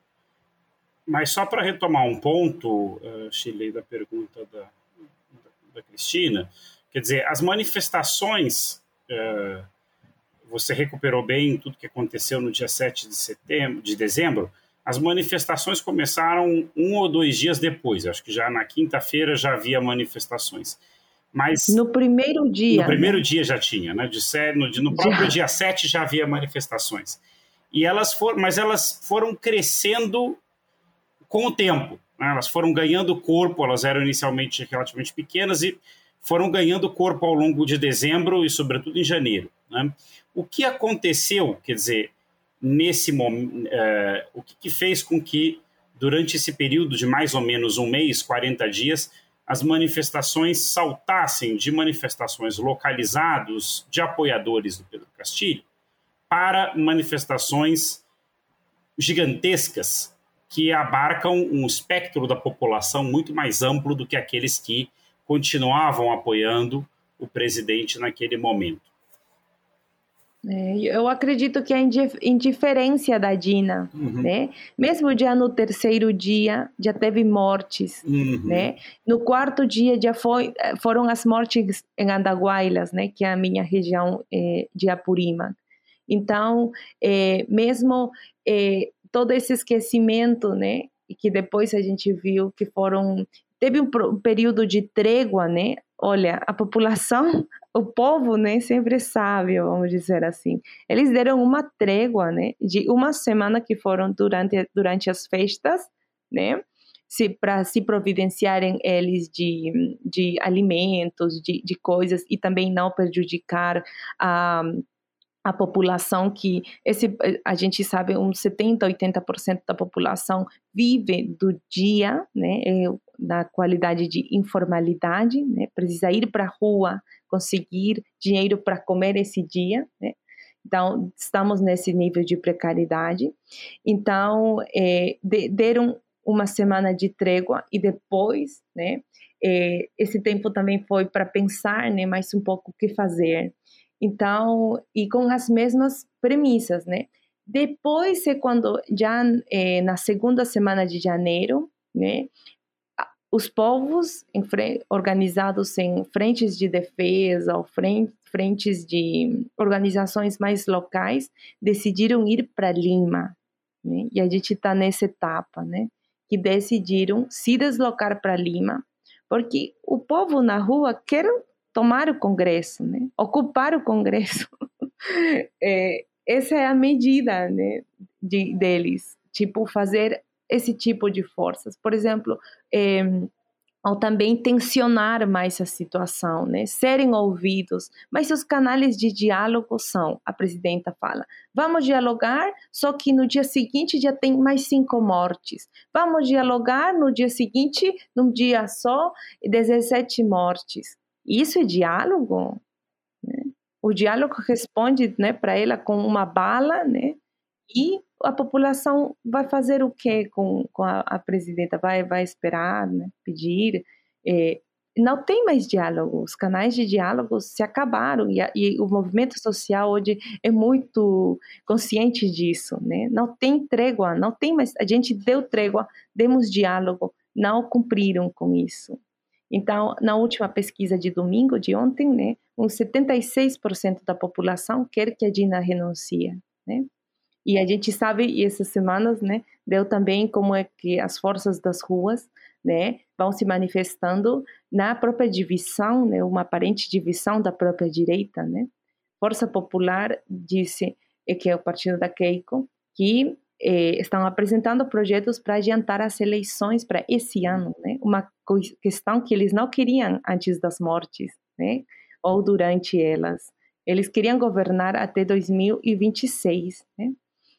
Mas só para retomar um ponto, uh, Shirley, da pergunta da, da, da Cristina, quer dizer, as manifestações, uh, você recuperou bem tudo que aconteceu no dia sete de setembro, de dezembro. As manifestações começaram um ou dois dias depois, acho que já na quinta-feira já havia manifestações. Mas no primeiro dia. No primeiro né? dia já tinha, né? De, no, no próprio já. dia sete já havia manifestações. E elas foram, mas elas foram crescendo com o tempo. Né? Elas foram ganhando corpo, elas eram inicialmente relativamente pequenas e foram ganhando corpo ao longo de dezembro e, sobretudo, em janeiro. né? O que aconteceu, quer dizer, nesse momento, uh, o que, que fez com que, durante esse período de mais ou menos um mês, quarenta dias, as manifestações saltassem de manifestações localizadas de apoiadores do Pedro Castilho para manifestações gigantescas que abarcam um espectro da população muito mais amplo do que aqueles que continuavam apoiando o presidente naquele momento. É, eu acredito que a indiferença da Dina, uhum. né? Mesmo já no terceiro dia, já teve mortes, uhum. né? No quarto dia já foi, foram as mortes em Andahuaylas, né? Que é a minha região é, de Apurímac. Então, é, mesmo é, todo esse esquecimento, né? E que depois a gente viu que foram... Teve um, um período de trégua, né? Olha, a população, o povo, né, sempre sabe, vamos dizer assim. Eles deram uma trégua, né, de uma semana que foram durante, durante as festas, né, se, para se providenciarem eles de, de alimentos, de, de coisas, e também não prejudicar a... a população que, esse, a gente sabe, uns setenta, oitenta por cento da população vive do dia, né, na qualidade de informalidade, né, precisa ir para a rua, conseguir dinheiro para comer esse dia, né, então estamos nesse nível de precariedade. Então, é, de, deram uma semana de trégua e depois, né, é, esse tempo também foi para pensar, né, mais um pouco o que fazer. Então, e com as mesmas premissas, né? Depois é quando, já é, na segunda semana de janeiro, né? Os povos em frente, organizados em frentes de defesa ou frente, frentes de organizações mais locais, decidiram ir para Lima, né? E a gente está nessa etapa, né? Que decidiram se deslocar para Lima, porque o povo na rua quer tomar o Congresso, né? Ocupar o Congresso. É, essa é a medida, né, de, deles, tipo, fazer esse tipo de forças. Por exemplo, é, ou também tensionar mais a situação, né? Serem ouvidos. Mas os canais de diálogo são, a presidenta fala, vamos dialogar, só que no dia seguinte já tem mais cinco mortes. Vamos dialogar, no dia seguinte, num dia só, dezessete mortes. Isso é diálogo, né? O diálogo responde, né, para ela com uma bala, né? E a população vai fazer o quê com, com a, a presidenta? Vai, vai esperar, né, pedir? É, não tem mais diálogo, os canais de diálogo se acabaram e, a, e o movimento social hoje é muito consciente disso, né? Não tem trégua, não tem mais, a gente deu trégua, demos diálogo, não cumpriram com isso. Então, na última pesquisa de domingo, de ontem, né, uns setenta e seis por cento da população quer que a Dina renuncie, né? E a gente sabe, e essas semanas, né, deu também como é que as forças das ruas, né, vão se manifestando na própria divisão, né, uma aparente divisão da própria direita, né? Força Popular disse, é, que é o partido da Keiko, que Eh, estão apresentando projetos para adiantar as eleições para esse ano, né? Uma questão que eles não queriam antes das mortes, né? Ou durante elas. Eles queriam governar até dois mil e vinte e seis, né?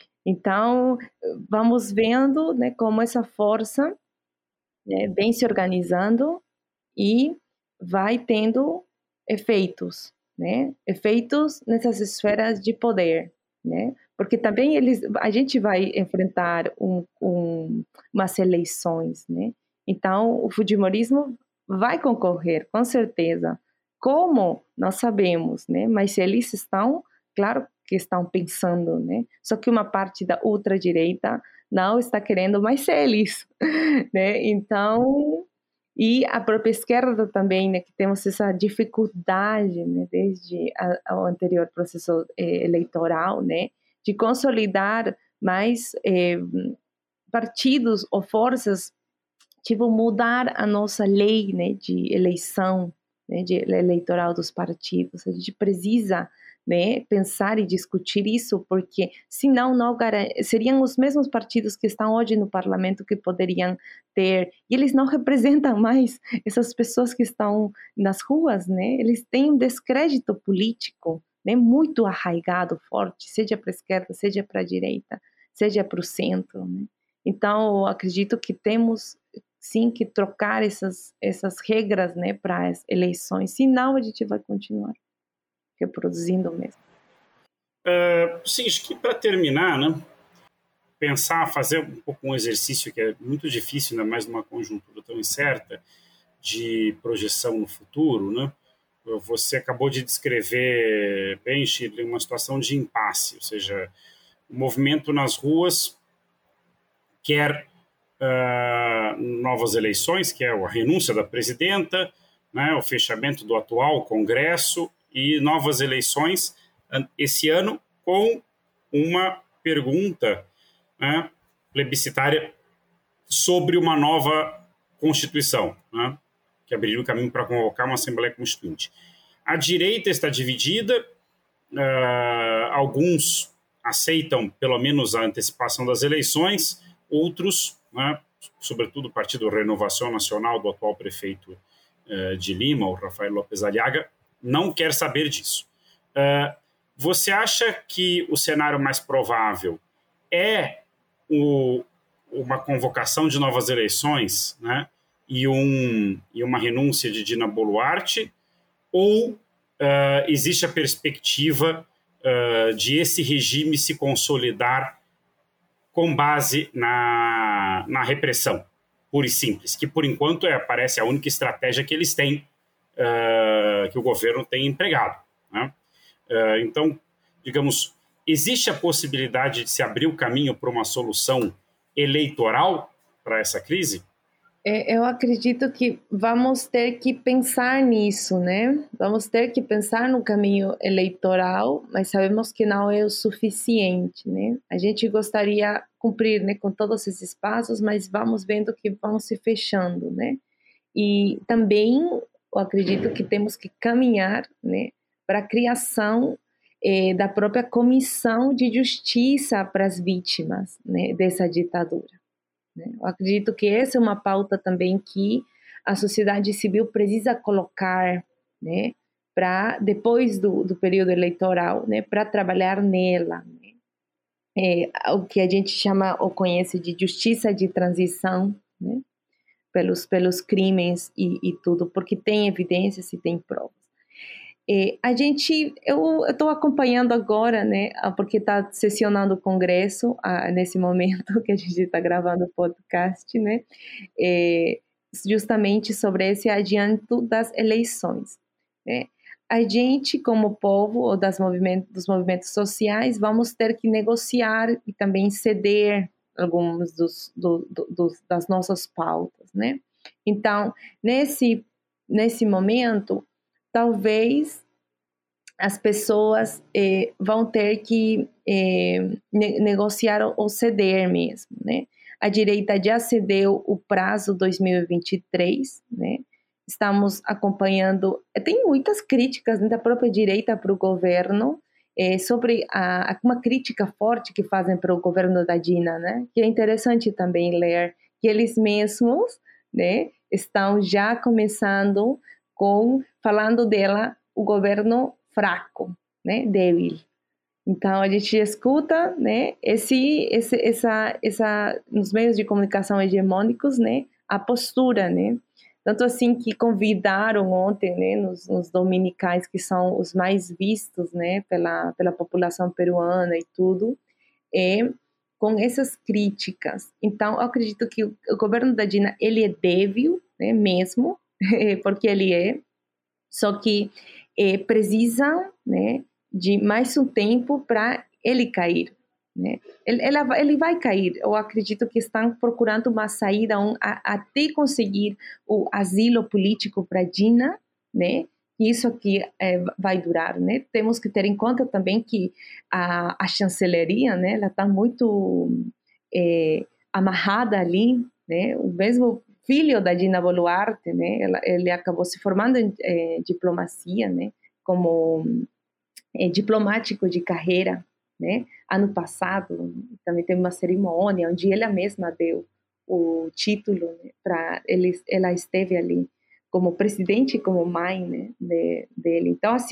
Então, vamos vendo, né, como essa força, né, vem se organizando e vai tendo efeitos, né? Efeitos nessas esferas de poder, né? Porque também eles, a gente vai enfrentar um, um, umas eleições, né? Então, o fujimorismo vai concorrer, com certeza. Como? Não sabemos, né? Mas eles estão, claro que estão pensando, né? Só que uma parte da ultradireita não está querendo mais eles, né? Então, e a própria esquerda também, né? Que temos essa dificuldade, né? Desde a, o anterior processo eh, eleitoral, né? De consolidar mais eh, partidos ou forças, tipo, mudar a nossa lei, né, de eleição, né, de eleitoral dos partidos. A gente precisa, né, pensar e discutir isso, porque senão não seriam os mesmos partidos que estão hoje no parlamento que poderiam ter, e eles não representam mais essas pessoas que estão nas ruas, né? Eles têm um descrédito político, né, muito arraigado, forte, seja para a esquerda, seja para a direita, seja para o centro, né? Então, eu acredito que temos sim que trocar essas, essas regras, né, para as eleições, senão a gente vai continuar reproduzindo mesmo. Uh, sim, acho que para terminar, né, pensar, fazer um pouco um exercício que é muito difícil, ainda mais numa conjuntura tão incerta, de projeção no futuro, né? Você acabou de descrever bem, Shirley, uma situação de impasse, ou seja, o movimento nas ruas quer uh, novas eleições, que é a renúncia da presidenta, né, o fechamento do atual Congresso e novas eleições esse ano com uma pergunta, né, plebiscitária sobre uma nova Constituição, né, que abriria o caminho para convocar uma Assembleia Constituinte. A direita está dividida, uh, alguns aceitam pelo menos a antecipação das eleições, outros, né, sobretudo o Partido Renovação Nacional do atual prefeito uh, de Lima, o Rafael López Aliaga, não quer saber disso. Uh, você acha que o cenário mais provável é o, uma convocação de novas eleições, né, e, um, e uma renúncia de Dina Boluarte, ou uh, existe a perspectiva uh, de esse regime se consolidar com base na, na repressão, pura e simples, que por enquanto é, parece a única estratégia que eles têm, uh, que o governo tem empregado, né? Uh, então, digamos, existe a possibilidade de se abrir o caminho para uma solução eleitoral para essa crise? Eu acredito que vamos ter que pensar nisso, né? Vamos ter que pensar no caminho eleitoral, mas sabemos que não é o suficiente, né? A gente gostaria de cumprir, né, com todos esses passos, mas vamos vendo que vão se fechando, né? E também eu acredito que temos que caminhar, né, para a criação eh, da própria comissão de justiça para as vítimas, né, dessa ditadura. Eu acredito que essa é uma pauta também que a sociedade civil precisa colocar, né, para depois do, do período eleitoral, né, para trabalhar nela, né? É, o que a gente chama ou conhece de justiça de transição, né, pelos, pelos crimes e, e tudo, porque tem evidências e tem provas. É, a gente, eu estou acompanhando agora, né, porque está sessionando o Congresso ah, nesse momento que a gente está gravando o podcast, né, é, justamente sobre esse adianto das eleições, né. A gente, como povo, ou das movimentos, dos movimentos sociais, vamos ter que negociar e também ceder algumas dos, do, do, dos, das nossas pautas, né. Então, nesse, nesse momento, talvez as pessoas eh, vão ter que eh, ne- negociar ou ceder mesmo, né? A direita já cedeu o prazo dois mil e vinte e três, né? Estamos acompanhando, tem muitas críticas, né, da própria direita para o governo, eh, sobre a, uma crítica forte que fazem para o governo da Dina, né? Que é interessante também ler, que eles mesmos, né, estão já começando com, falando dela, o governo fraco, né, débil. Então a gente escuta, né, esse, esse, essa, essa, nos meios de comunicação hegemônicos, né, a postura, né, tanto assim que convidaram ontem, né, nos, nos dominicais que são os mais vistos, né, pela pela população peruana e tudo, é com essas críticas. Então eu acredito que o, o governo da Dina, ele é débil, né, mesmo, porque ele é, só que é, precisa, né, de mais um tempo para ele cair, né? Ele, ela, ele vai cair. Eu acredito que estão procurando uma saída um, a, até conseguir o asilo político para Dina, né? E isso aqui é, vai durar, né? Temos que ter em conta também que a, a chanceleria, né, ela está muito é, amarrada ali, né? O mesmo filho da Dina Boluarte, né? Ela, ele acabou se formando em eh, diplomacia, né? Como eh, diplomático de carreira, né? Ano passado também teve uma cerimônia onde ela mesma deu o título, né, para ela esteve ali como presidente e como mãe, né, de, dele. Então, assim,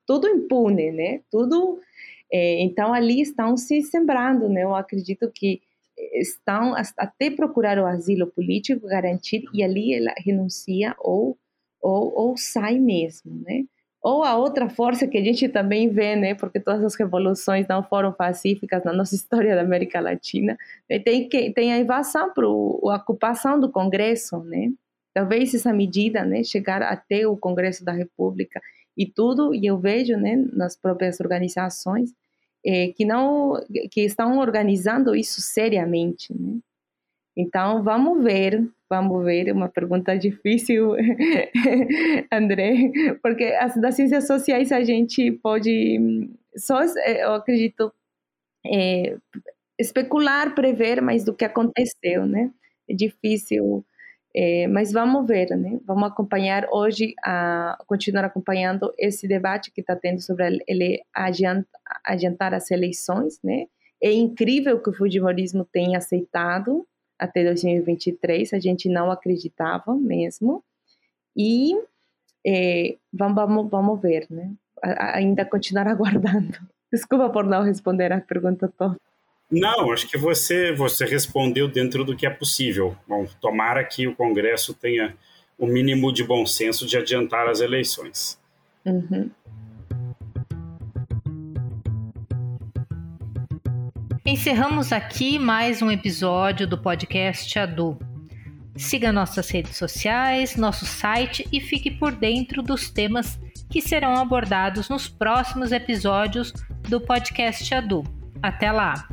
tudo impune, né? Tudo, é, então ali estão se sembrando, né? Eu acredito que estão até procurar o asilo político, garantir, e ali ela renuncia ou, ou, ou sai mesmo, né? Ou a outra força que a gente também vê, né? Porque todas as revoluções não foram pacíficas na nossa história da América Latina, né? tem, que, tem a invasão, pro, a ocupação do Congresso, né? Talvez essa medida, né, chegar até o Congresso da República e tudo, e eu vejo, né, nas próprias organizações, é, que não, que estão organizando isso seriamente, né? Então, vamos ver, vamos ver, uma pergunta difícil, André, porque as das ciências sociais a gente pode, só, eu acredito, é, especular, prever, mas do que aconteceu, né? É difícil, é, mas vamos ver, né? Vamos acompanhar hoje, a, continuar acompanhando esse debate que está tendo sobre ele adiant, adiantar as eleições, né? É incrível que o fujimorismo tenha aceitado até dois mil e vinte e três, a gente não acreditava mesmo, e é, vamos, vamos, vamos ver, né? A, ainda continuar aguardando. Desculpa por não responder a pergunta toda. Não, acho que você, você respondeu dentro do que é possível. Bom, tomara que o Congresso tenha o mínimo de bom senso de adiantar as eleições. Uhum. Encerramos aqui mais um episódio do podcast Adu. Siga nossas redes sociais, nosso site e fique por dentro dos temas que serão abordados nos próximos episódios do podcast Adu. Até lá!